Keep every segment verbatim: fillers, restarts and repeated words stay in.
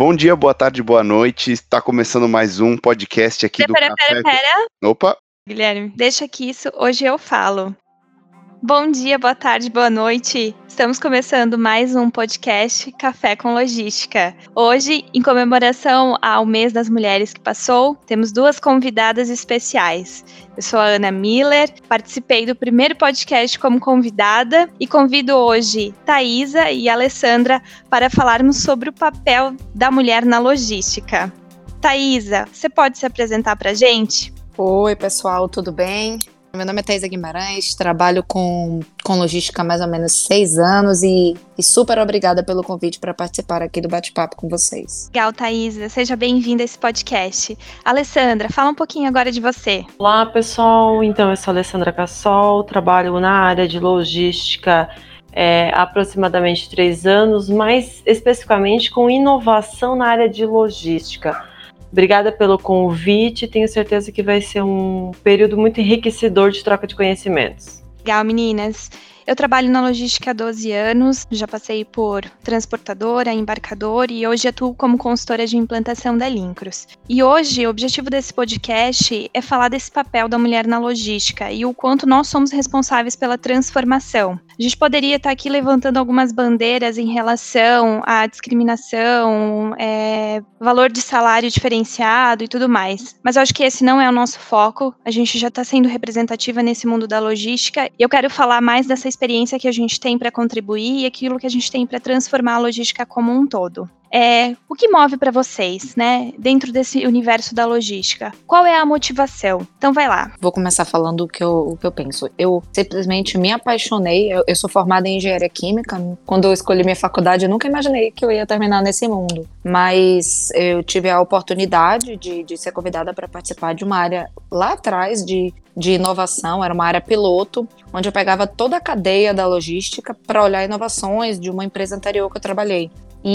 Bom dia, boa tarde, boa noite. Está começando mais um podcast aqui do Pera, Café. pera, pera. Opa, Guilherme, deixa que isso hoje eu falo. Bom dia, boa tarde, boa noite. Estamos começando mais um podcast Café com Logística. Hoje, em comemoração ao mês das mulheres que passou, temos duas convidadas especiais. Eu sou a Ana Miller, participei do primeiro podcast como convidada e convido hoje Thaisa e Alessandra para falarmos sobre o papel da mulher na logística. Thaisa, você pode se apresentar para a gente? Oi, pessoal, tudo bem? Meu nome é Thaisa Guimarães, trabalho com, com logística há mais ou menos seis anos e, e super obrigada pelo convite para participar aqui do bate-papo com vocês. Legal, Thaisa, seja bem-vinda a esse podcast. Alessandra, fala um pouquinho agora de você. Olá, pessoal, então eu sou a Alessandra Cassol, trabalho na área de logística é, há aproximadamente três anos, mais especificamente com inovação na área de logística. Obrigada pelo convite, tenho certeza que vai ser um período muito enriquecedor de troca de conhecimentos. Legal, meninas. Eu trabalho na logística há doze anos, já passei por transportadora, embarcador e hoje atuo como consultora de implantação da Lincros. E hoje o objetivo desse podcast é falar desse papel da mulher na logística e o quanto nós somos responsáveis pela transformação. A gente poderia estar aqui levantando algumas bandeiras em relação à discriminação, é, valor de salário diferenciado e tudo mais. Mas eu acho que esse não é o nosso foco. A gente já está sendo representativa nesse mundo da logística e eu quero falar mais dessa experiência que a gente tem para contribuir e aquilo que a gente tem para transformar a logística como um todo. É, o que move para vocês, né, dentro desse universo da logística? Qual é a motivação? Então vai lá. Vou começar falando o que eu, o que eu penso. Eu simplesmente me apaixonei, eu, eu sou formada em engenharia química. Quando eu escolhi minha faculdade, eu nunca imaginei que eu ia terminar nesse mundo. Mas eu tive a oportunidade de, de ser convidada para participar de uma área lá atrás de, de inovação, era uma área piloto, onde eu pegava toda a cadeia da logística para olhar inovações de uma empresa anterior que eu trabalhei.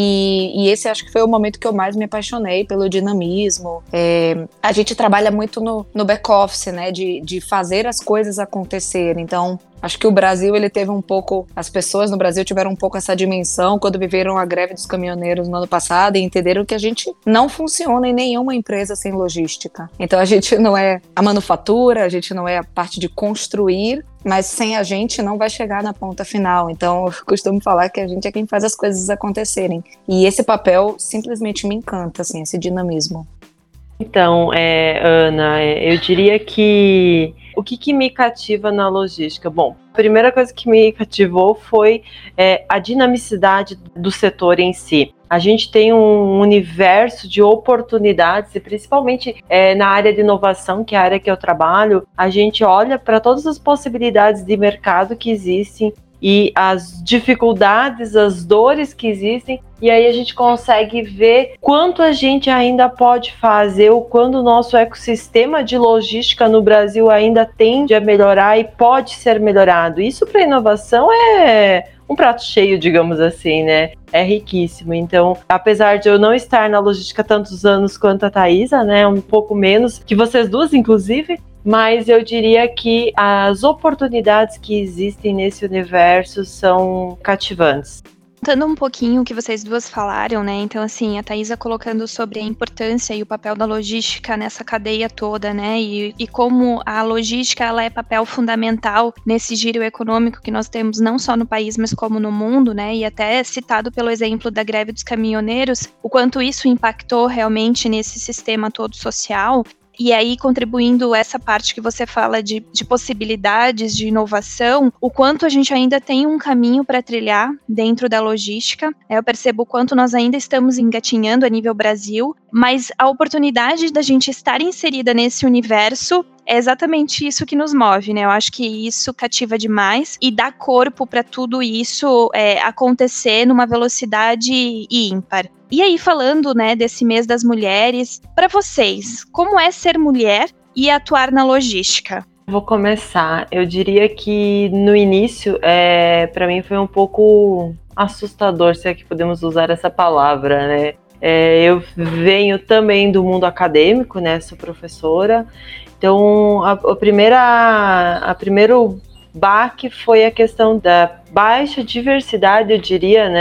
E, e esse acho que foi o momento que eu mais me apaixonei pelo dinamismo. É, a gente trabalha muito no, no back-office, né, de, de fazer as coisas acontecerem. Então, acho que o Brasil, ele teve um pouco, as pessoas no Brasil tiveram um pouco essa dimensão quando viveram a greve dos caminhoneiros no ano passado e entenderam que a gente não funciona em nenhuma empresa sem logística. Então a gente não é a manufatura, a gente não é a parte de construir, mas sem a gente não vai chegar na ponta final. Então eu costumo falar que a gente é quem faz as coisas acontecerem. E esse papel simplesmente me encanta, assim, esse dinamismo. Então, é, Ana, é, eu diria que o que, que me cativa na logística? Bom, a primeira coisa que me cativou foi é, a dinamicidade do setor em si. A gente tem um universo de oportunidades e principalmente é, na área de inovação, que é a área que eu trabalho, a gente olha para todas as possibilidades de mercado que existem e as dificuldades, as dores que existem, e aí a gente consegue ver quanto a gente ainda pode fazer, o quanto o nosso ecossistema de logística no Brasil ainda tende a melhorar e pode ser melhorado. Isso para inovação é um prato cheio, digamos assim, né? É riquíssimo. Então, apesar de eu não estar na logística há tantos anos quanto a Thaisa, né? Um pouco menos que vocês duas, inclusive, mas eu diria que as oportunidades que existem nesse universo são cativantes. Contando um pouquinho o que vocês duas falaram, né? Então, assim, a Thaisa colocando sobre a importância e o papel da logística nessa cadeia toda, né? E, e como a logística, ela é papel fundamental nesse giro econômico que nós temos não só no país, mas como no mundo, né? E até citado pelo exemplo da greve dos caminhoneiros, o quanto isso impactou realmente nesse sistema todo social. E aí, contribuindo essa parte que você fala de, de possibilidades, de inovação, o quanto a gente ainda tem um caminho para trilhar dentro da logística. Eu percebo o quanto nós ainda estamos engatinhando a nível Brasil, mas a oportunidade da gente estar inserida nesse universo é exatamente isso que nos move, né? Eu acho que isso cativa demais e dá corpo para tudo isso é, acontecer numa velocidade ímpar. E aí, falando, né, desse mês das mulheres, para vocês, como é ser mulher e atuar na logística? Vou começar. Eu diria que no início, é, para mim foi um pouco assustador, se é que podemos usar essa palavra, né? É, eu venho também do mundo acadêmico, né? Sou professora. Então, a, a primeira, a primeiro baque foi a questão da baixa diversidade, eu diria, né?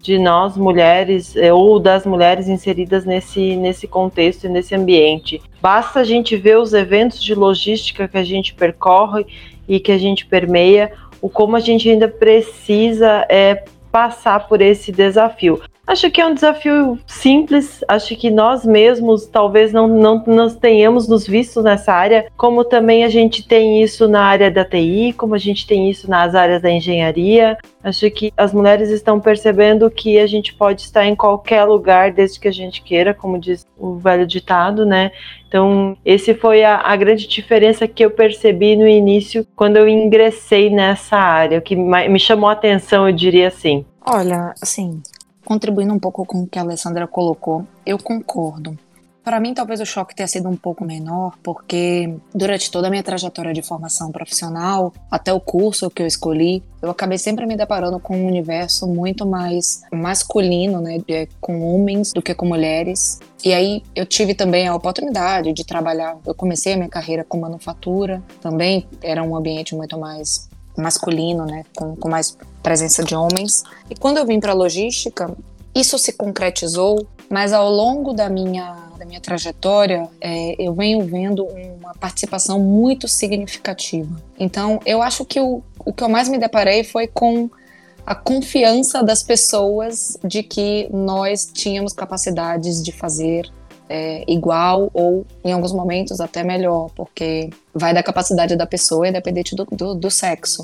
de nós mulheres ou das mulheres inseridas nesse, nesse contexto e nesse ambiente. Basta a gente ver os eventos de logística que a gente percorre e que a gente permeia, o como a gente ainda precisa é, passar por esse desafio. Acho que é um desafio simples, acho que nós mesmos talvez não, não nós tenhamos nos vistos nessa área, como também a gente tem isso na área da T I, como a gente tem isso nas áreas da engenharia. Acho que as mulheres estão percebendo que a gente pode estar em qualquer lugar desde que a gente queira, como diz o velho ditado, né? Então, esse foi a, a grande diferença que eu percebi no início, quando eu ingressei nessa área, o que me chamou a atenção, eu diria assim. Olha, assim, contribuindo um pouco com o que a Alessandra colocou, eu concordo. Para mim, talvez o choque tenha sido um pouco menor, porque durante toda a minha trajetória de formação profissional, até o curso que eu escolhi, eu acabei sempre me deparando com um universo muito mais masculino, né, com homens do que com mulheres. E aí eu tive também a oportunidade de trabalhar, eu comecei a minha carreira com manufatura, também era um ambiente muito mais masculino, né, com, com mais presença de homens. E quando eu vim para a logística, isso se concretizou, mas ao longo da minha, da minha trajetória, é, eu venho vendo uma participação muito significativa. Então, eu acho que o, o que eu mais me deparei foi com a confiança das pessoas de que nós tínhamos capacidades de fazer é, igual ou, em alguns momentos, até melhor, porque vai da capacidade da pessoa, independente do, do, do sexo.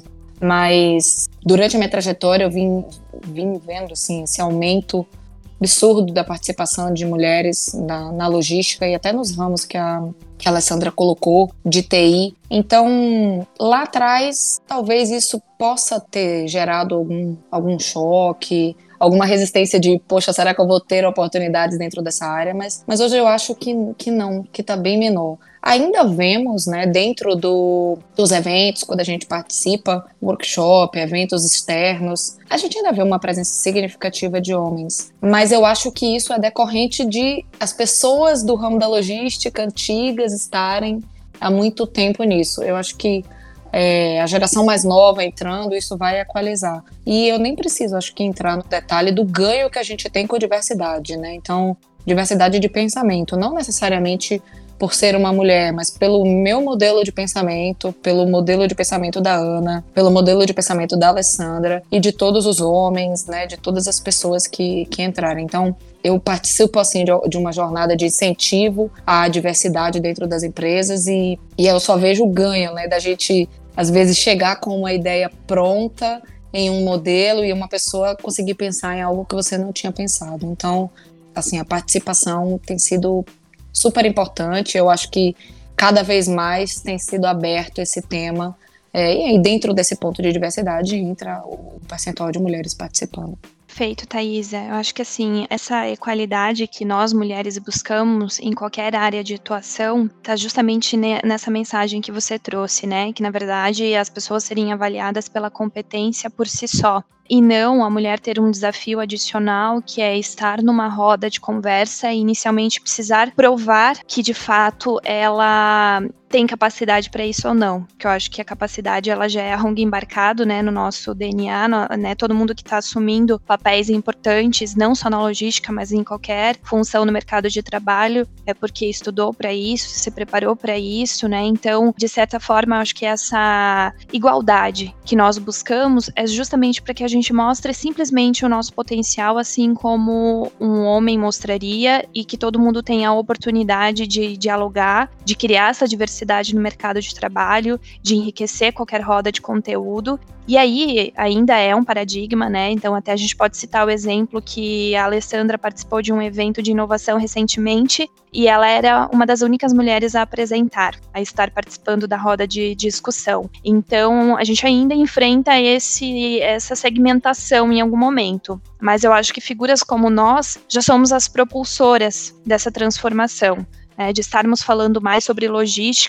Mas durante a minha trajetória eu vim, vim vendo assim, esse aumento absurdo da participação de mulheres na, na logística e até nos ramos que a, que a Alessandra colocou, de T I. Então, lá atrás, talvez isso possa ter gerado algum, algum choque, alguma resistência de, poxa, será que eu vou ter oportunidades dentro dessa área? Mas, mas hoje eu acho que, que não, que está bem menor. Ainda vemos, né, dentro do, dos eventos, quando a gente participa, workshop, eventos externos, a gente ainda vê uma presença significativa de homens. Mas eu acho que isso é decorrente de as pessoas do ramo da logística antigas estarem há muito tempo nisso. Eu acho que é, a geração mais nova entrando, isso vai equalizar. E eu nem preciso, acho que, entrar no detalhe do ganho que a gente tem com diversidade, né? Então, diversidade de pensamento, não necessariamente por ser uma mulher, mas pelo meu modelo de pensamento, pelo modelo de pensamento da Ana, pelo modelo de pensamento da Alessandra e de todos os homens, né, de todas as pessoas que, que entrarem. Então, eu participo, assim, de, de uma jornada de incentivo à diversidade dentro das empresas e, e eu só vejo o ganho, né, da gente, às vezes, chegar com uma ideia pronta em um modelo e uma pessoa conseguir pensar em algo que você não tinha pensado. Então, assim, a participação tem sido super importante. Eu acho que cada vez mais tem sido aberto esse tema, é, e aí dentro desse ponto de diversidade entra o percentual de mulheres participando. Perfeito, Thaisa. Eu acho que assim, essa equalidade que nós mulheres buscamos em qualquer área de atuação está justamente nessa mensagem que você trouxe, né? Que na verdade as pessoas serem avaliadas pela competência por si só. E não a mulher ter um desafio adicional, que é estar numa roda de conversa e inicialmente precisar provar que de fato ela tem capacidade para isso ou não. Que eu acho que a capacidade ela já é algo embarcado, né, no nosso D N A, no, né, todo mundo que está assumindo papéis importantes, não só na logística, mas em qualquer função no mercado de trabalho, é porque estudou para isso, se preparou para isso, né? Então, de certa forma, eu acho que essa igualdade que nós buscamos é justamente para que a gente mostre simplesmente o nosso potencial, assim como um homem mostraria, e que todo mundo tenha a oportunidade de dialogar, de criar essa diversidade no mercado de trabalho, de enriquecer qualquer roda de conteúdo. E aí, ainda é um paradigma, né? Então, até a gente pode citar o exemplo que a Alessandra participou de um evento de inovação recentemente e ela era uma das únicas mulheres a apresentar, a estar participando da roda de discussão. Então, a gente ainda enfrenta esse, essa segmentação em algum momento. Mas eu acho que figuras como nós já somos as propulsoras dessa transformação. É, de estarmos falando mais sobre logística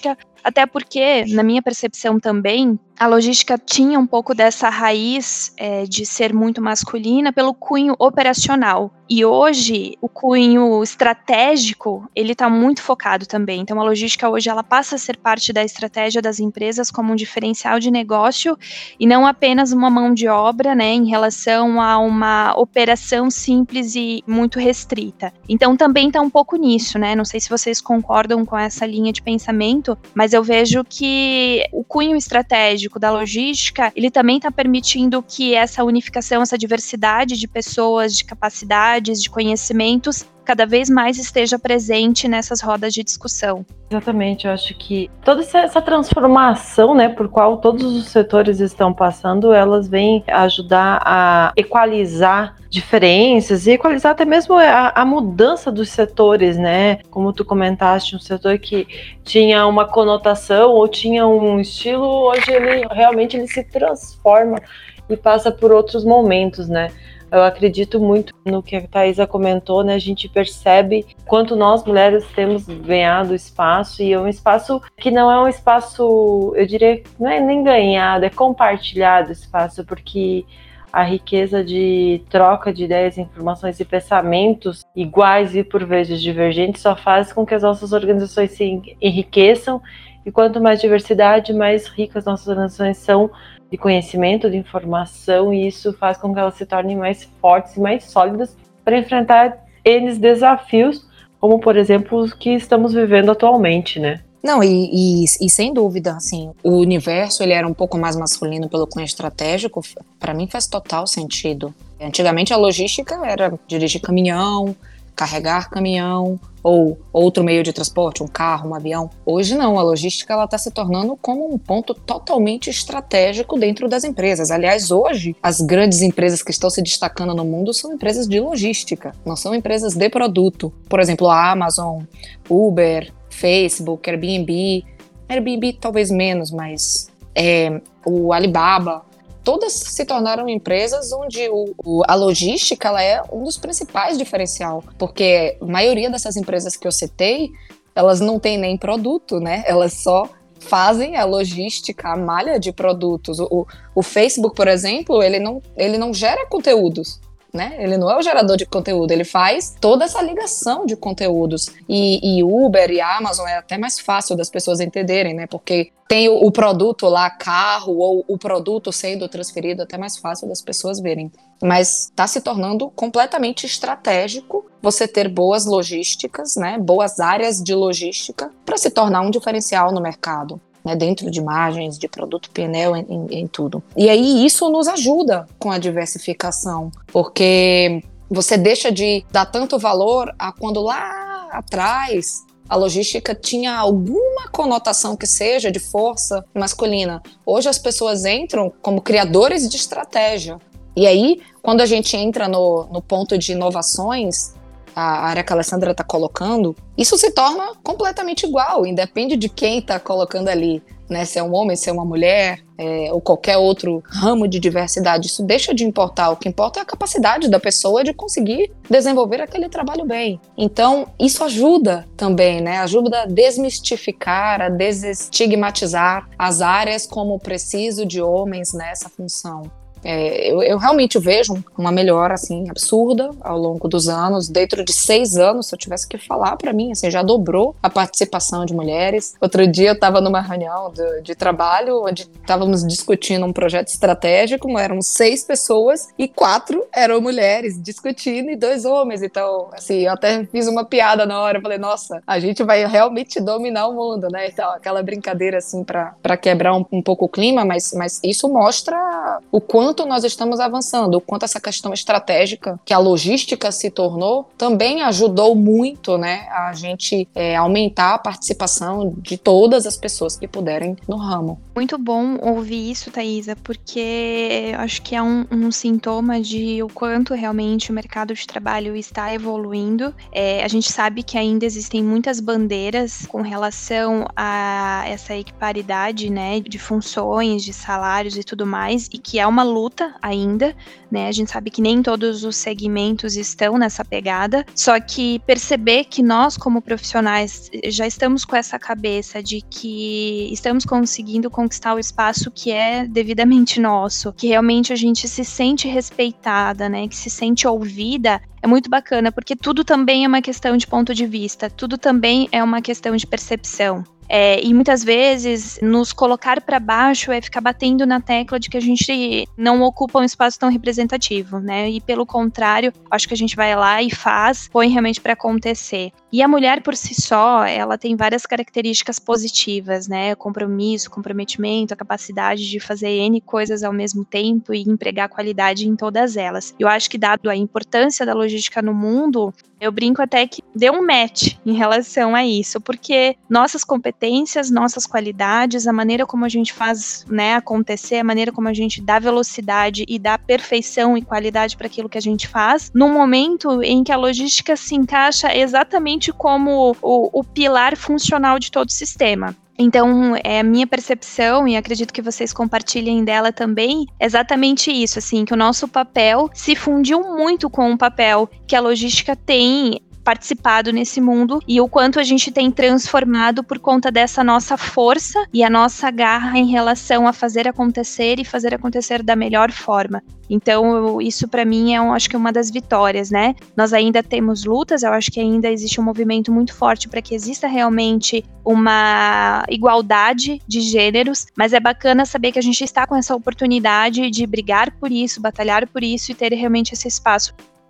Até porque, na minha percepção também, a logística tinha um pouco dessa raiz é, de ser muito masculina pelo cunho operacional. E hoje, o cunho estratégico, ele está muito focado também. Então, a logística hoje, ela passa a ser parte da estratégia das empresas como um diferencial de negócio e não apenas uma mão de obra, né, em relação a uma operação simples e muito restrita. Então, também está um pouco nisso, né? Não sei se vocês concordam com essa linha de pensamento, mas eu vejo que o cunho estratégico da logística, ele também está permitindo que essa unificação, essa diversidade de pessoas, de capacidades, de conhecimentos, cada vez mais esteja presente nessas rodas de discussão. Exatamente, eu acho que toda essa transformação, né, por qual todos os setores estão passando, elas vêm ajudar a equalizar diferenças e equalizar até mesmo a, a mudança dos setores, né, como tu comentaste, um setor que tinha uma conotação ou tinha um estilo, hoje ele realmente ele se transforma e passa por outros momentos, né. Eu acredito muito no que a Thaisa comentou, né? A gente percebe quanto nós mulheres temos ganhado espaço, e é um espaço que não é um espaço, eu diria, não é nem ganhado, é compartilhado espaço, porque a riqueza de troca de ideias, informações e pensamentos iguais e por vezes divergentes só faz com que as nossas organizações se enriqueçam, e quanto mais diversidade, mais ricas nossas organizações são de conhecimento, de informação, e isso faz com que elas se tornem mais fortes e mais sólidas para enfrentar N desafios, como, por exemplo, os que estamos vivendo atualmente, né? Não, e, e, e sem dúvida, assim, o universo ele era um pouco mais masculino pelo cunho estratégico, para mim faz total sentido. Antigamente a logística era dirigir caminhão, carregar caminhão, ou outro meio de transporte, um carro, um avião. Hoje não, a logística ela está se tornando como um ponto totalmente estratégico dentro das empresas. Aliás, hoje, as grandes empresas que estão se destacando no mundo são empresas de logística, não são empresas de produto. Por exemplo, a Amazon, Uber, Facebook, Airbnb, Airbnb talvez menos, mas é, o Alibaba, todas se tornaram empresas onde o, o, a logística ela é um dos principais diferenciais, porque a maioria dessas empresas que eu citei, elas não têm nem produto, né? Elas só fazem a logística, a malha de produtos. O, o Facebook, por exemplo, ele não, ele não gera conteúdos, né? Ele não é o gerador de conteúdo, ele faz toda essa ligação de conteúdos. E, e Uber e Amazon é até mais fácil das pessoas entenderem, né? Porque tem o, o produto lá, carro, ou o produto sendo transferido, até mais fácil das pessoas verem. Mas está se tornando completamente estratégico você ter boas logísticas, né? Boas áreas de logística para se tornar um diferencial no mercado. Né, dentro de imagens, de produto P and L, em, em tudo. E aí isso nos ajuda com a diversificação, porque você deixa de dar tanto valor a quando lá atrás a logística tinha alguma conotação que seja de força masculina. Hoje as pessoas entram como criadores de estratégia. E aí, quando a gente entra no, no ponto de inovações, a área que a Alessandra está colocando, isso se torna completamente igual, independe de quem está colocando ali, né? Se é um homem, se é uma mulher, é, ou qualquer outro ramo de diversidade, isso deixa de importar. O que importa é a capacidade da pessoa de conseguir desenvolver aquele trabalho bem. Então, isso ajuda também, né? Ajuda a desmistificar, a desestigmatizar as áreas como preciso de homens nessa função. É, eu, eu realmente vejo uma melhora assim, absurda ao longo dos anos. Dentro de seis anos, se eu tivesse que falar para mim, assim, já dobrou a participação de mulheres. Outro dia eu estava numa reunião de, de trabalho onde estávamos discutindo um projeto estratégico, eram seis pessoas e quatro eram mulheres discutindo e dois homens. Então, assim, eu até fiz uma piada na hora, eu falei, nossa, a gente vai realmente dominar o mundo, né? Então, aquela brincadeira assim para quebrar um, um pouco o clima, mas, mas isso mostra o quanto nós estamos avançando, o quanto essa questão estratégica que a logística se tornou também ajudou muito, né, a gente é, aumentar a participação de todas as pessoas que puderem no ramo. Muito bom ouvir isso, Thaisa, porque acho que é um, um sintoma de o quanto realmente o mercado de trabalho está evoluindo. É, a gente sabe que ainda existem muitas bandeiras com relação a essa equiparidade, né, de funções, de salários e tudo mais, e que é uma luta luta ainda, né? A gente sabe que nem todos os segmentos estão nessa pegada, só que perceber que nós, como profissionais, já estamos com essa cabeça de que estamos conseguindo conquistar o espaço que é devidamente nosso, que realmente a gente se sente respeitada, né? Que se sente ouvida, é muito bacana, porque tudo também é uma questão de ponto de vista, tudo também é uma questão de percepção. É, e muitas vezes nos colocar para baixo é ficar batendo na tecla de que a gente não ocupa um espaço tão representativo, né? E pelo contrário, acho que a gente vai lá e faz, põe realmente para acontecer. E a mulher por si só, ela tem várias características positivas, né? Compromisso, comprometimento, a capacidade de fazer N coisas ao mesmo tempo e empregar qualidade em todas elas. Eu acho que, dado a importância da logística no mundo, eu brinco até que deu um match em relação a isso, porque nossas competências, nossas qualidades, a maneira como a gente faz, né, acontecer, a maneira como a gente dá velocidade e dá perfeição e qualidade para aquilo que a gente faz, num momento em que a logística se encaixa exatamente como o, o pilar funcional de todo o sistema. Então, é a minha percepção, e acredito que vocês compartilhem dela também, exatamente isso, assim, que o nosso papel se fundiu muito com o papel que a logística tem participado nesse mundo e o quanto a gente tem transformado por conta dessa nossa força e a nossa garra em relação a fazer acontecer e fazer acontecer da melhor forma. Então, eu, isso para mim é, um, acho que uma das vitórias, né? Nós ainda temos lutas, eu acho que ainda existe um movimento muito forte para que exista realmente uma igualdade de gêneros, mas é bacana saber que a gente está com essa oportunidade de brigar por isso, batalhar por isso e ter realmente esse espaço.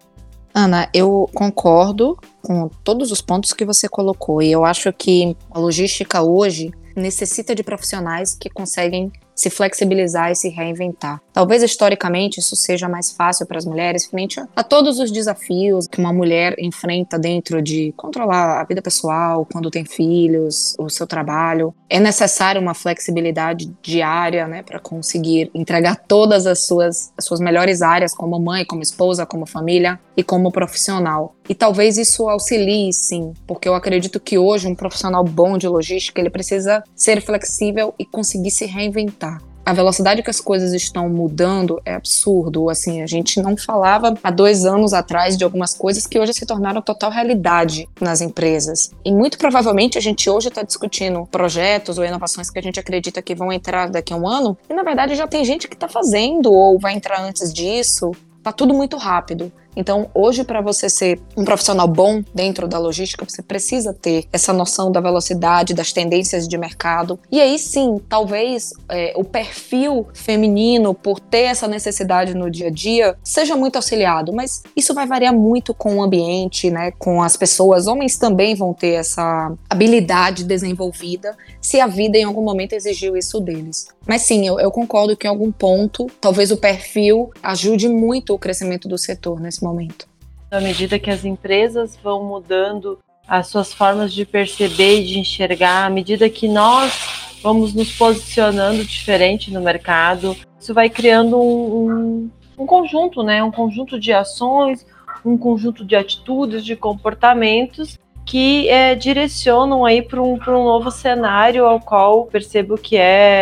Ana, eu concordo com todos os pontos que você colocou e eu acho que a logística hoje necessita de profissionais que conseguem se flexibilizar e se reinventar. Talvez historicamente isso seja mais fácil para as mulheres, frente a, a todos os desafios que uma mulher enfrenta dentro de controlar a vida pessoal, quando tem filhos, o seu trabalho. É necessário uma flexibilidade diária, né, para conseguir entregar todas as suas, as suas melhores áreas como mãe, como esposa, como família e como profissional. E talvez isso auxilie, sim, porque eu acredito que hoje um profissional bom de logística, ele precisa ser flexível e conseguir se reinventar. A velocidade que as coisas estão mudando é absurdo, assim, a gente não falava há dois anos atrás de algumas coisas que hoje se tornaram total realidade nas empresas. E muito provavelmente a gente hoje está discutindo projetos ou inovações que a gente acredita que vão entrar daqui a um ano, e na verdade já tem gente que está fazendo ou vai entrar antes disso. Tá tudo muito rápido. Então, hoje, para você ser um profissional bom dentro da logística, você precisa ter essa noção da velocidade, das tendências de mercado. E aí, sim, talvez é, o perfil feminino, por ter essa necessidade no dia a dia, seja muito auxiliado. Mas isso vai variar muito com o ambiente, né, com as pessoas. Homens também vão ter essa habilidade desenvolvida, se a vida em algum momento exigiu isso deles. Mas sim, eu, eu concordo que em algum ponto, talvez o perfil ajude muito o crescimento do setor nesse momento. À medida que as empresas vão mudando as suas formas de perceber e de enxergar, à medida que nós vamos nos posicionando diferente no mercado, isso vai criando um, um, um conjunto, né? Um conjunto de ações, um conjunto de atitudes, de comportamentos que é, direcionam aí para um, para um novo cenário ao qual percebo que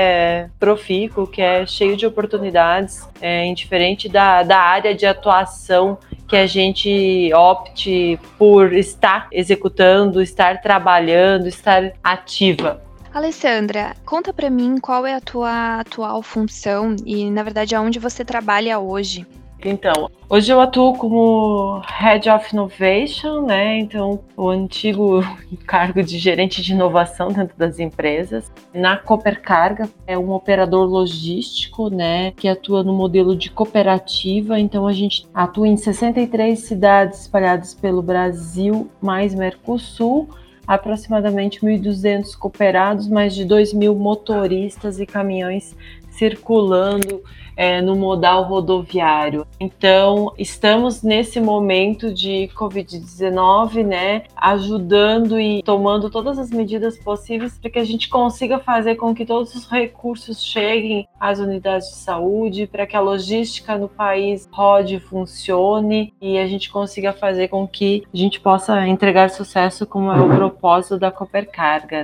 é profícuo, que é cheio de oportunidades, é, indiferente da, da área de atuação que a gente opte por estar executando, estar trabalhando, estar ativa. Alessandra, conta para mim qual é a tua atual função e, na verdade, aonde você trabalha hoje. Então, hoje eu atuo como Head of Innovation, né? Então, o antigo cargo de gerente de inovação dentro das empresas. Na Copercarga, é um operador logístico, né? Que atua no modelo de cooperativa. Então, a gente atua em sessenta e três cidades espalhadas pelo Brasil, mais Mercosul. Aproximadamente mil e duzentos cooperados, mais de dois mil motoristas e caminhões circulando É, no modal rodoviário. Então, estamos nesse momento de covid dezenove, né, ajudando e tomando todas as medidas possíveis para que a gente consiga fazer com que todos os recursos cheguem às unidades de saúde, para que a logística no país rode e funcione e a gente consiga fazer com que a gente possa entregar sucesso, como é o propósito da Copercarga, né.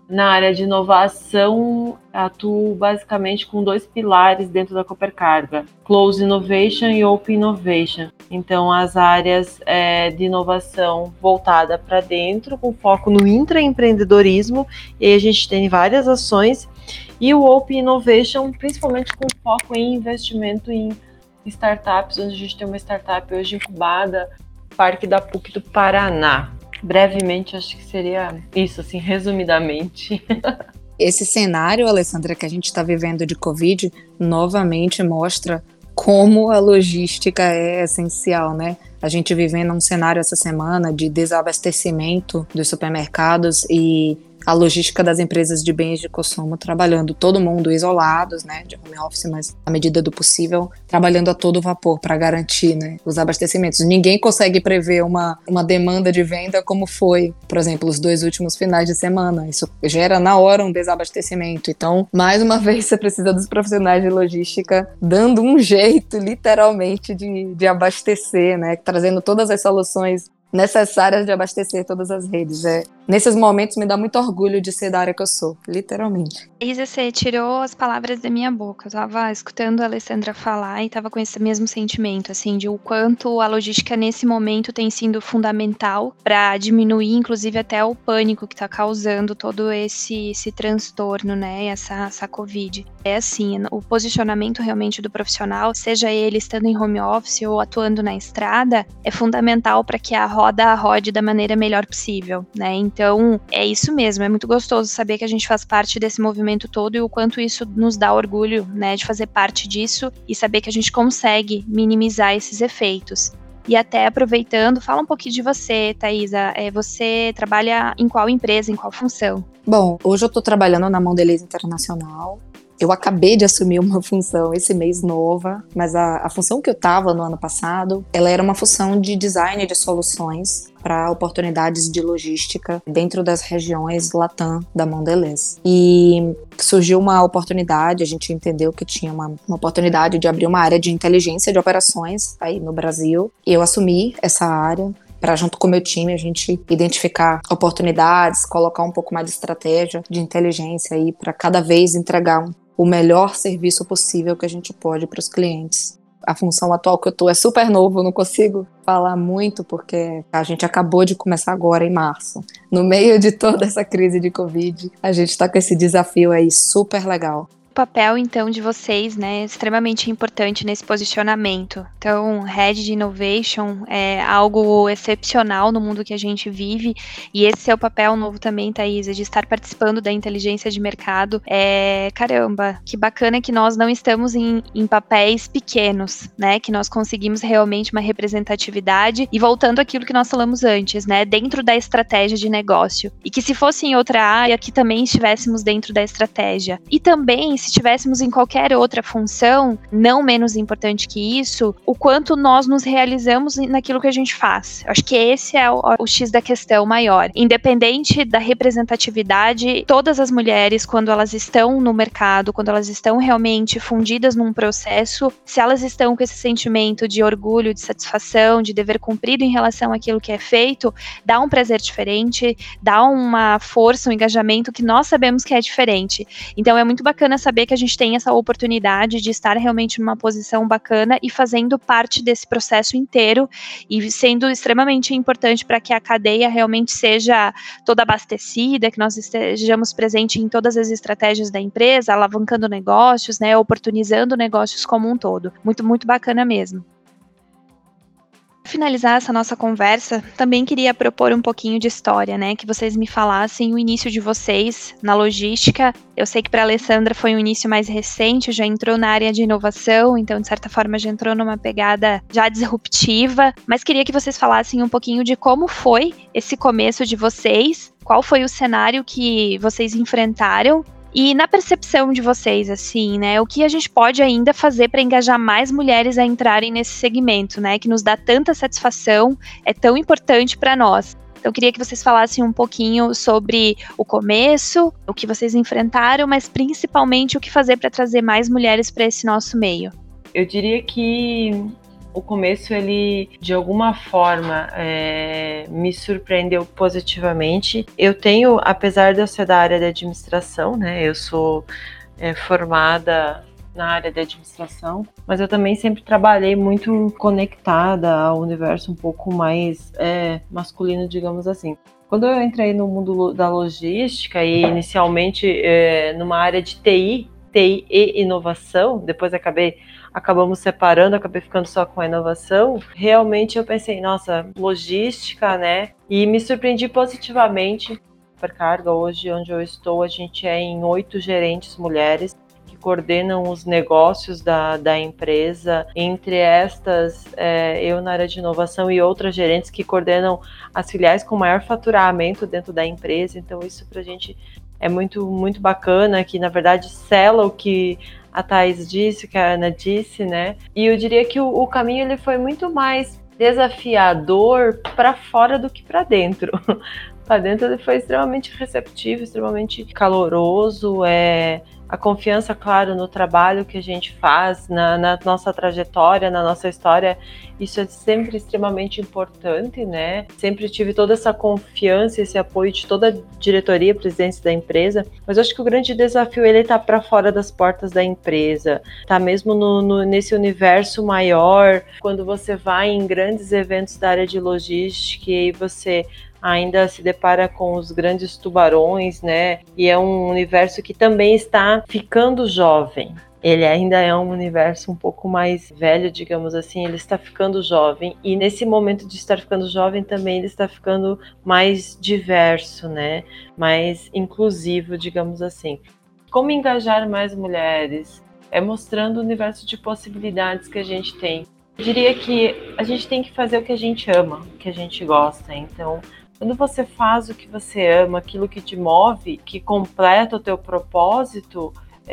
Na área de inovação, atuo basicamente com dois pilares dentro da Coopercarga, Close Innovation e Open Innovation. Então, as áreas é, de inovação voltada para dentro, com foco no intraempreendedorismo, e a gente tem várias ações, e o Open Innovation, principalmente com foco em investimento em startups, onde a gente tem uma startup hoje incubada, Parque da P U C do Paraná. Brevemente, acho que seria isso, assim, resumidamente. Esse cenário, Alessandra, que a gente está vivendo de Covid, novamente mostra como a logística é essencial, né? A gente vivendo um cenário essa semana de desabastecimento dos supermercados e a logística das empresas de bens de consumo trabalhando, todo mundo isolados, né, de home office, mas à medida do possível, trabalhando a todo vapor para garantir, né, os abastecimentos. Ninguém consegue prever uma, uma demanda de venda como foi, por exemplo, os dois últimos finais de semana. Isso gera na hora um desabastecimento. Então, mais uma vez, você precisa dos profissionais de logística dando um jeito, literalmente, de, de abastecer, né, trazendo todas as soluções necessárias de abastecer todas as redes. É, nesses momentos me dá muito orgulho de ser da área que eu sou, literalmente. Isa, você tirou as palavras da minha boca. Eu tava escutando a Alessandra falar e tava com esse mesmo sentimento, assim, de o quanto a logística nesse momento tem sido fundamental para diminuir, inclusive, até o pânico que tá causando todo esse, esse transtorno, né, essa, essa Covid. É assim, o posicionamento realmente do profissional, seja ele estando em home office ou atuando na estrada, é fundamental para que a roda rode da maneira melhor possível, né? Então, é isso mesmo, é muito gostoso saber que a gente faz parte desse movimento todo e o quanto isso nos dá orgulho, né, de fazer parte disso e saber que a gente consegue minimizar esses efeitos. E até aproveitando, fala um pouquinho de você, Thaisa. É, você trabalha em qual empresa, em qual função? Bom, hoje eu estou trabalhando na Mondelez Internacional. Eu acabei de assumir uma função esse mês nova, mas a, a função que eu estava no ano passado, ela era uma função de design de soluções para oportunidades de logística dentro das regiões Latam da Mondelez. E surgiu uma oportunidade, a gente entendeu que tinha uma, uma oportunidade de abrir uma área de inteligência de operações aí no Brasil. E eu assumi essa área para, junto com o meu time, a gente identificar oportunidades, colocar um pouco mais de estratégia de inteligência aí para cada vez entregar um o melhor serviço possível que a gente pode para os clientes. A função atual que eu estou é super novo, eu não consigo falar muito porque a gente acabou de começar agora em março. No meio de toda essa crise de Covid, a gente está com esse desafio aí super legal. O papel, então, de vocês, né, é extremamente importante nesse posicionamento. Então, Head de Innovation é algo excepcional no mundo que a gente vive, e esse seu papel novo também, Thaisa, de estar participando da inteligência de mercado, é, caramba, que bacana que nós não estamos em, em papéis pequenos, né, que nós conseguimos realmente uma representatividade, e voltando àquilo que nós falamos antes, né, dentro da estratégia de negócio, e que se fosse em outra área, que também estivéssemos dentro da estratégia, e também, se estivéssemos em qualquer outra função, não menos importante que isso, o quanto nós nos realizamos naquilo que a gente faz. Acho que esse é o, o X da questão maior. Independente da representatividade, todas as mulheres, quando elas estão no mercado, quando elas estão realmente fundidas num processo, se elas estão com esse sentimento de orgulho, de satisfação, de dever cumprido em relação àquilo que é feito, dá um prazer diferente, dá uma força, um engajamento que nós sabemos que é diferente. Então é muito bacana saber que a gente tem essa oportunidade de estar realmente numa posição bacana e fazendo parte desse processo inteiro e sendo extremamente importante para que a cadeia realmente seja toda abastecida, que nós estejamos presentes em todas as estratégias da empresa, alavancando negócios, né, oportunizando negócios como um todo. Muito, muito bacana mesmo. Para finalizar essa nossa conversa, também queria propor um pouquinho de história, né? Que vocês me falassem o início de vocês na logística. Eu sei que para a Alessandra foi um início mais recente, já entrou na área de inovação, então de certa forma já entrou numa pegada já disruptiva, mas queria que vocês falassem um pouquinho de como foi esse começo de vocês, qual foi o cenário que vocês enfrentaram. E na percepção de vocês, assim, né, o que a gente pode ainda fazer para engajar mais mulheres a entrarem nesse segmento, né, que nos dá tanta satisfação, é tão importante para nós. Então, eu queria que vocês falassem um pouquinho sobre o começo, o que vocês enfrentaram, mas principalmente o que fazer para trazer mais mulheres para esse nosso meio. Eu diria que o começo, ele, de alguma forma, é, me surpreendeu positivamente. Eu tenho, apesar de eu ser da área de administração, né, eu sou é, formada na área de administração, mas eu também sempre trabalhei muito conectada ao universo um pouco mais é, masculino, digamos assim. Quando eu entrei no mundo da logística e inicialmente é, numa área de T I, T I e inovação, depois acabei, acabamos separando, acabei ficando só com a inovação, realmente eu pensei, nossa, logística, né? E me surpreendi positivamente. Supercarga, hoje onde eu estou, a gente é em oito gerentes mulheres, coordenam os negócios da, da empresa. Entre estas, é, eu na área de inovação e outras gerentes que coordenam as filiais com maior faturamento dentro da empresa. Então isso pra gente é muito, muito bacana, que na verdade sela o que a Thaís disse, que a Ana disse, né? E eu diria que o, o caminho ele foi muito mais desafiador para fora do que para dentro. Para dentro ele foi extremamente receptivo, extremamente caloroso, é... a confiança, claro, no trabalho que a gente faz, na, na nossa trajetória, na nossa história, isso é sempre extremamente importante, né? Sempre tive toda essa confiança, esse apoio de toda a diretoria, presidência da empresa, mas eu acho que o grande desafio, ele tá para fora das portas da empresa, tá mesmo no, no, nesse universo maior, quando você vai em grandes eventos da área de logística e aí você ainda se depara com os grandes tubarões, né? E é um universo que também está ficando jovem. Ele ainda é um universo um pouco mais velho, digamos assim, ele está ficando jovem. E nesse momento de estar ficando jovem também ele está ficando mais diverso, né? Mais inclusivo, digamos assim. Como engajar mais mulheres? É mostrando o universo de possibilidades que a gente tem. Eu diria que a gente tem que fazer o que a gente ama, o que a gente gosta. Então, quando você faz o que você ama, aquilo que te move, que completa o teu propósito,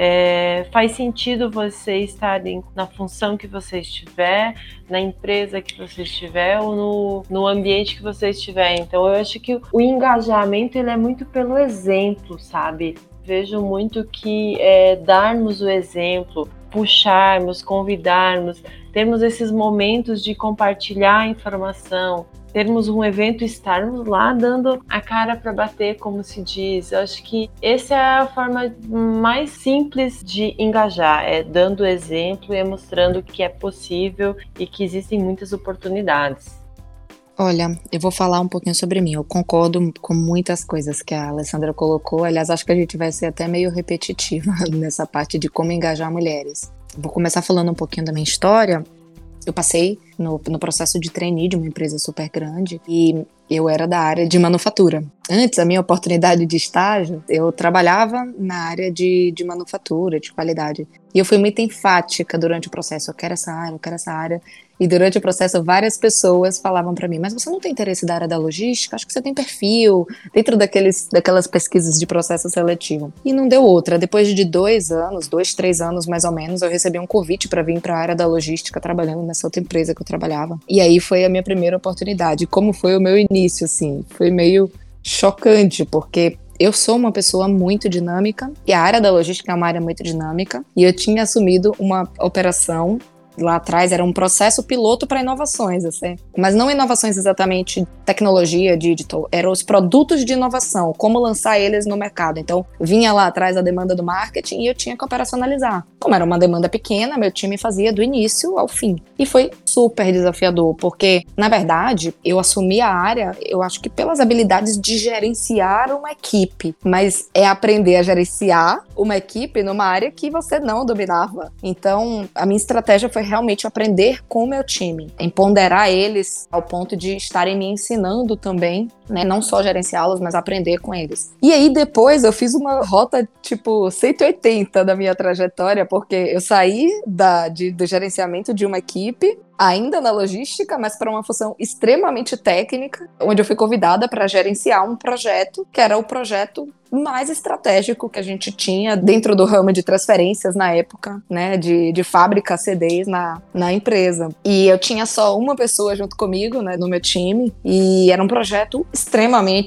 é, faz sentido você estar em, na função que você estiver, na empresa que você estiver ou no, no ambiente que você estiver. Então eu acho que o engajamento ele é muito pelo exemplo, sabe? Vejo muito que é, darmos o exemplo, puxarmos, convidarmos, termos esses momentos de compartilhar a informação, termos um evento e estarmos lá dando a cara para bater, como se diz. Eu acho que essa é a forma mais simples de engajar, é dando exemplo e mostrando que é possível e que existem muitas oportunidades. Olha, eu vou falar um pouquinho sobre mim. Eu concordo com muitas coisas que a Alessandra colocou. Aliás, acho que a gente vai ser até meio repetitiva nessa parte de como engajar mulheres. Vou começar falando um pouquinho da minha história. Eu passei no, no processo de trainee de uma empresa super grande e eu era da área de manufatura. Antes, a minha oportunidade de estágio, eu trabalhava na área de, de manufatura, de qualidade. E eu fui muito enfática durante o processo. Eu quero essa área, eu quero essa área. E durante o processo, várias pessoas falavam para mim, mas você não tem interesse da área da logística? Acho que você tem perfil dentro daqueles, daquelas pesquisas de processo seletivo. E não deu outra. Depois de dois anos, dois, três anos mais ou menos, eu recebi um convite para vir para a área da logística, trabalhando nessa outra empresa que eu trabalhava. E aí foi a minha primeira oportunidade. Como foi o meu início, assim? Foi meio chocante, porque eu sou uma pessoa muito dinâmica e a área da logística é uma área muito dinâmica e eu tinha assumido uma operação lá atrás, era um processo piloto para inovações, assim. Mas não inovações exatamente tecnologia, digital, eram os produtos de inovação, como lançar eles no mercado. Então, vinha lá atrás a demanda do marketing e eu tinha que operacionalizar. Como era uma demanda pequena, meu time fazia do início ao fim. E foi super desafiador, porque, na verdade, eu assumi a área, eu acho que pelas habilidades de gerenciar uma equipe, mas é aprender a gerenciar uma equipe numa área que você não dominava. Então, a minha estratégia foi realmente aprender com o meu time, empoderar eles ao ponto de estarem me ensinando também, né, não só gerenciá-los, mas aprender com eles. E aí depois eu fiz uma rota tipo cento e oitenta da minha trajetória, porque eu saí da, de, do gerenciamento de uma equipe, ainda na logística, mas para uma função extremamente técnica, onde eu fui convidada para gerenciar um projeto, que era o projeto mais estratégico que a gente tinha dentro do ramo de transferências na época, né, de, de fábrica C Ds na, na empresa. E eu tinha só uma pessoa junto comigo, né, no meu time, e era um projeto extremamente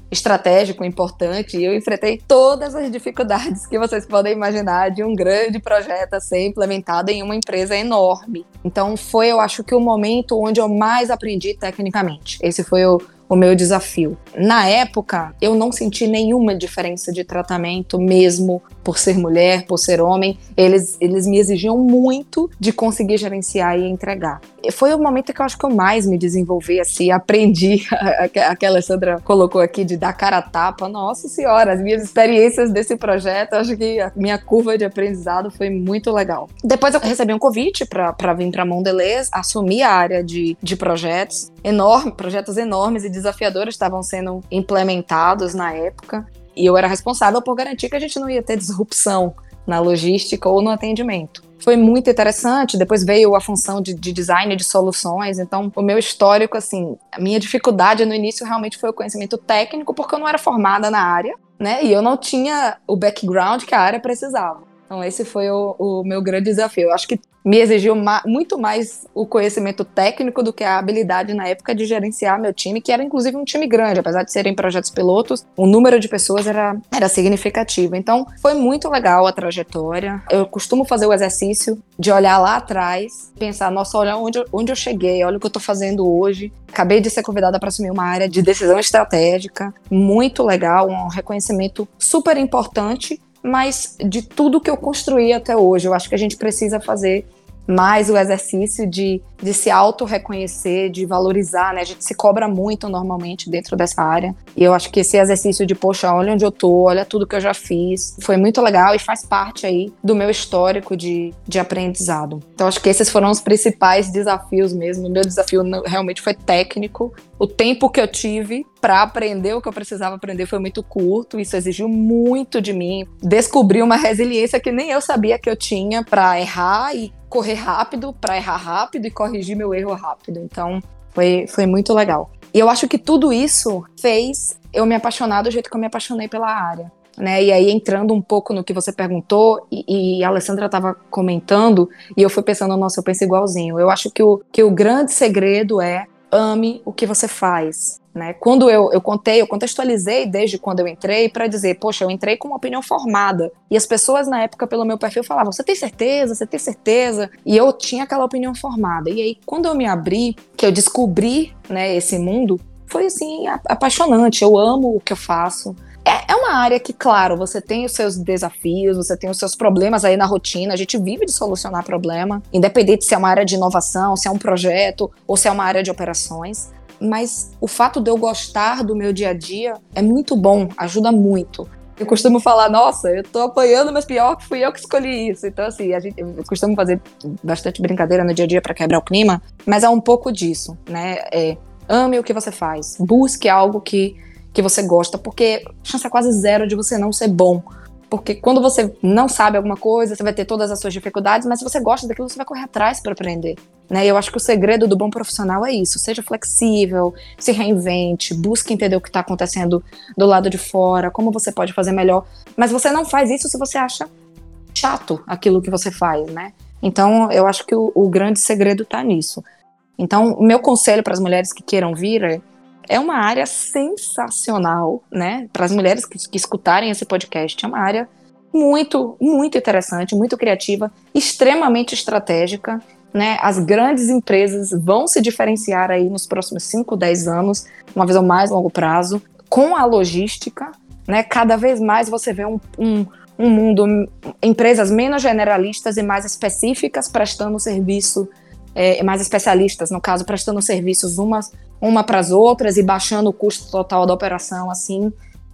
estratégico, importante, e eu enfrentei todas as dificuldades que vocês podem imaginar de um grande projeto a ser implementado em uma empresa enorme. Então foi, eu acho que o momento onde eu mais aprendi tecnicamente. Esse foi o o meu desafio. Na época, eu não senti nenhuma diferença de tratamento, mesmo por ser mulher, por ser homem. Eles, eles me exigiam muito de conseguir gerenciar e entregar. E foi o momento que eu acho que eu mais me desenvolvi, assim, aprendi, a, a que a Alessandra colocou aqui, de dar cara a tapa. Nossa senhora, as minhas experiências desse projeto, eu acho que a minha curva de aprendizado foi muito legal. Depois eu recebi um convite para vir para Mondelez, assumir a área de, de projetos, enorme, projetos enormes e desafiadores estavam sendo implementados na época, e eu era responsável por garantir que a gente não ia ter disrupção na logística ou no atendimento. Foi muito interessante. Depois veio a função de, de design de soluções. Então, o meu histórico, assim, a minha dificuldade no início realmente foi o conhecimento técnico, porque eu não era formada na área, né, e eu não tinha o background que a área precisava. Então, esse foi o, o meu grande desafio. Eu acho que me exigiu ma- muito mais o conhecimento técnico do que a habilidade na época de gerenciar meu time, que era inclusive um time grande, apesar de serem projetos pilotos, o número de pessoas era, era significativo. Então, foi muito legal a trajetória. Eu costumo fazer o exercício de olhar lá atrás, pensar, nossa, olha onde eu, onde eu cheguei, olha o que eu tô fazendo hoje. Acabei de ser convidada para assumir uma área de decisão estratégica, muito legal, um reconhecimento super importante, mas de tudo que eu construí até hoje. Eu acho que a gente precisa fazer mais o exercício de, de se auto-reconhecer, de valorizar, né? A gente se cobra muito normalmente dentro dessa área, e eu acho que esse exercício de, poxa, olha onde eu tô, olha tudo que eu já fiz, foi muito legal e faz parte aí do meu histórico de, de aprendizado. Então acho que esses foram os principais desafios mesmo. O meu desafio realmente foi técnico. O tempo que eu tive para aprender o que eu precisava aprender foi muito curto, isso exigiu muito de mim. Descobri uma resiliência que nem eu sabia que eu tinha para errar e correr rápido, para errar rápido e corrigir meu erro rápido. Então, foi, foi muito legal. E eu acho que tudo isso fez eu me apaixonar do jeito que eu me apaixonei pela área, né? E aí, entrando um pouco no que você perguntou, e, e a Alessandra estava comentando, e eu fui pensando, nossa, eu penso igualzinho. Eu acho que o, que o grande segredo é ame o que você faz, né? Quando eu, eu contei, eu contextualizei desde quando eu entrei para dizer, poxa, eu entrei com uma opinião formada, e as pessoas na época pelo meu perfil falavam, você tem certeza? Você tem certeza? E eu tinha aquela opinião formada. E aí, quando eu me abri, que eu descobri, né, esse mundo, foi assim, apaixonante. Eu amo o que eu faço. É uma área que, claro, você tem os seus desafios, você tem os seus problemas aí na rotina, a gente vive de solucionar problema, independente se é uma área de inovação, se é um projeto ou se é uma área de operações, mas o fato de eu gostar do meu dia a dia é muito bom, ajuda muito. Eu costumo falar, nossa, eu tô apanhando, mas pior que fui eu que escolhi isso. Então, assim, a gente, eu costumo fazer bastante brincadeira no dia a dia para quebrar o clima, mas é um pouco disso, né? É, ame o que você faz, busque algo que que você gosta, porque a chance é quase zero de você não ser bom. Porque quando você não sabe alguma coisa, você vai ter todas as suas dificuldades, mas se você gosta daquilo, você vai correr atrás para aprender, né? Eu acho que o segredo do bom profissional é isso, seja flexível, se reinvente, busque entender o que está acontecendo do lado de fora, como você pode fazer melhor, mas você não faz isso se você acha chato aquilo que você faz, né? Então, eu acho que o, o grande segredo está nisso. Então, o meu conselho para as mulheres que queiram vir é É uma área sensacional, né? Para as mulheres que, que escutarem esse podcast, é uma área muito, muito interessante, muito criativa, extremamente estratégica, né? As grandes empresas vão se diferenciar aí nos próximos cinco, dez anos, uma visão mais longo prazo, com a logística, né? Cada vez mais você vê um, um, um mundo, empresas menos generalistas e mais específicas, prestando serviço, é, mais especialistas, no caso, prestando serviços umas uma para as outras e baixando o custo total da operação, assim.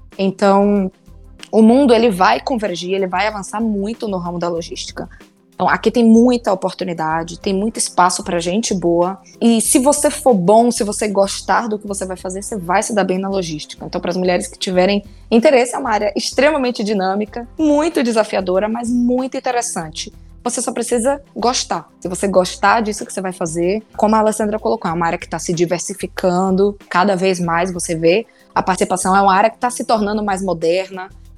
Então, o mundo, ele vai convergir, ele vai avançar muito no ramo da logística. Então, aqui tem muita oportunidade, tem muito espaço para gente boa, e se você for bom, se você gostar do que você vai fazer, você vai se dar bem na logística. Então, para as mulheres que tiverem interesse, é uma área extremamente dinâmica, muito desafiadora, mas muito interessante. Você só precisa gostar. Se você gostar disso que você vai fazer, como a Alessandra colocou, é uma área que está se diversificando, cada vez mais você vê. A participação é uma área que está se tornando mais moderna,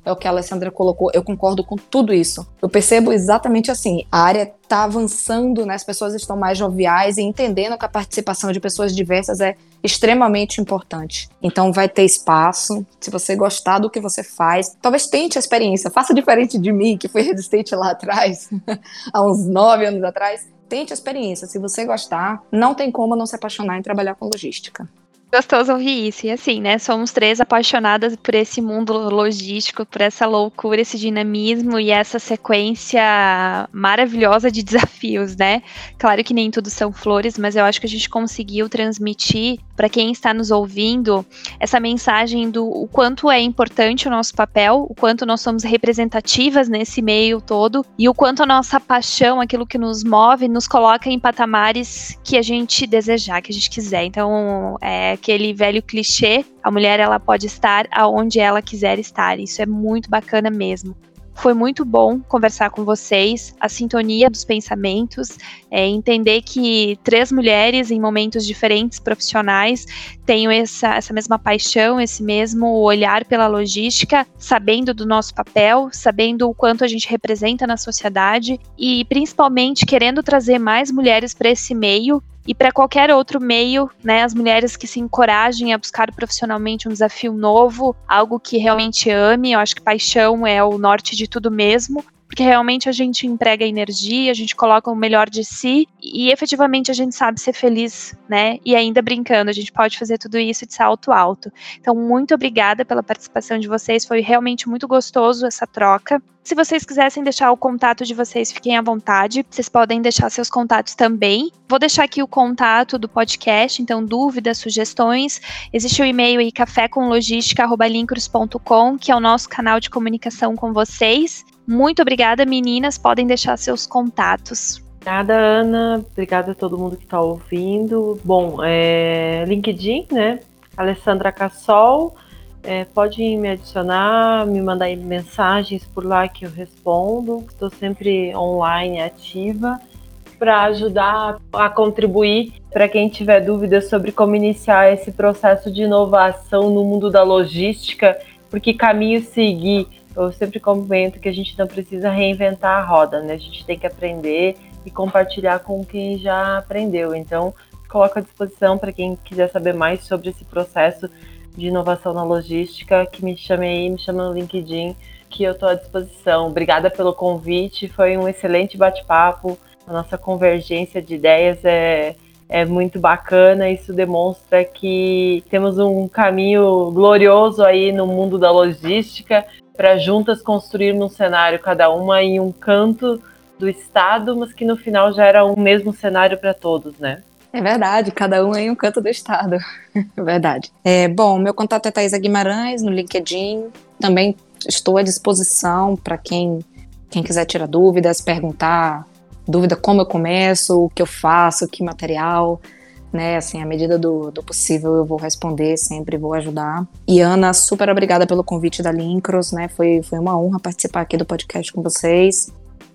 é o que a Alessandra colocou, eu concordo com tudo isso. Eu percebo exatamente assim, a área está avançando, né? As pessoas estão mais joviais e entendendo que a participação de pessoas diversas é extremamente importante. Então vai ter espaço, se você gostar do que você faz, talvez tente a experiência, faça diferente de mim, que fui resistente lá atrás, há uns nove anos atrás, tente a experiência, se você gostar, não tem como não se apaixonar em trabalhar com logística. Gostoso ouvir isso. E assim, né? Somos três apaixonadas por esse mundo logístico, por essa loucura, esse dinamismo e essa sequência maravilhosa de desafios, né? Claro que nem tudo são flores, mas eu acho que a gente conseguiu transmitir para quem está nos ouvindo essa mensagem do o quanto é importante o nosso papel, o quanto nós somos representativas nesse meio todo e o quanto a nossa paixão, aquilo que nos move, nos coloca em patamares que a gente desejar, que a gente quiser. Então, é aquele velho clichê, a mulher ela pode estar aonde ela quiser estar, isso é muito bacana mesmo. Foi muito bom conversar com vocês, a sintonia dos pensamentos, é, entender que três mulheres em momentos diferentes profissionais tenham essa, essa mesma paixão, esse mesmo olhar pela logística, sabendo do nosso papel, sabendo o quanto a gente representa na sociedade e principalmente querendo trazer mais mulheres para esse meio e para qualquer outro meio, né, as mulheres que se encorajem a buscar profissionalmente um desafio novo, algo que realmente ame. Eu acho que paixão é o norte de tudo mesmo, porque realmente a gente emprega energia, a gente coloca o melhor de si e efetivamente a gente sabe ser feliz, né? E ainda brincando, a gente pode fazer tudo isso de salto alto. Então, muito obrigada pela participação de vocês, foi realmente muito gostoso essa troca. Se vocês quisessem deixar o contato de vocês, fiquem à vontade. Vocês podem deixar seus contatos também. Vou deixar aqui o contato do podcast, então dúvidas, sugestões. Existe o e-mail aí café com logística arroba lincros ponto com, que é o nosso canal de comunicação com vocês. Muito obrigada, meninas. Podem deixar seus contatos. Obrigada, Ana. Obrigada a todo mundo que está ouvindo. Bom, é, LinkedIn, né? Alessandra Cassol. É, pode me adicionar, me mandar mensagens por lá que eu respondo. Estou sempre online, ativa, para ajudar a contribuir para quem tiver dúvidas sobre como iniciar esse processo de inovação no mundo da logística, porque caminho seguir. Eu sempre comento que a gente não precisa reinventar a roda, né? A gente tem que aprender e compartilhar com quem já aprendeu. Então, coloco à disposição para quem quiser saber mais sobre esse processo de inovação na logística, que me chame aí, me chama no LinkedIn, que eu estou à disposição. Obrigada pelo convite, foi um excelente bate-papo, a nossa convergência de ideias é, é muito bacana, isso demonstra que temos um caminho glorioso aí no mundo da logística, para juntas construirmos um cenário, cada uma em um canto do estado, mas que no final já era um mesmo cenário para todos, né? É verdade, cada um em um canto do estado. É verdade. É, bom, meu contato é Thaisa Guimarães, no LinkedIn. Também estou à disposição para quem, quem quiser tirar dúvidas, perguntar, dúvida como eu começo, o que eu faço, que material, né? Assim, à medida do, do possível eu vou responder, sempre vou ajudar. E Ana, super obrigada pelo convite da Lincros, né? Foi, foi uma honra participar aqui do podcast com vocês.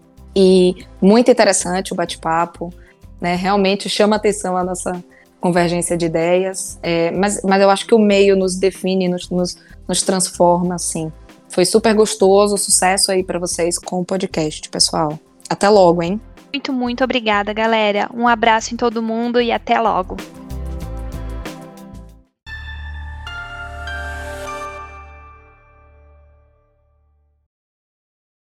E muito interessante o bate-papo. Né, realmente chama atenção a nossa convergência de ideias, é, mas, mas eu acho que o meio nos define, nos, nos, nos transforma, assim. Foi super gostoso, sucesso aí para vocês com o podcast, pessoal. Até logo, hein? Muito, muito obrigada, galera. Um abraço em todo mundo e até logo.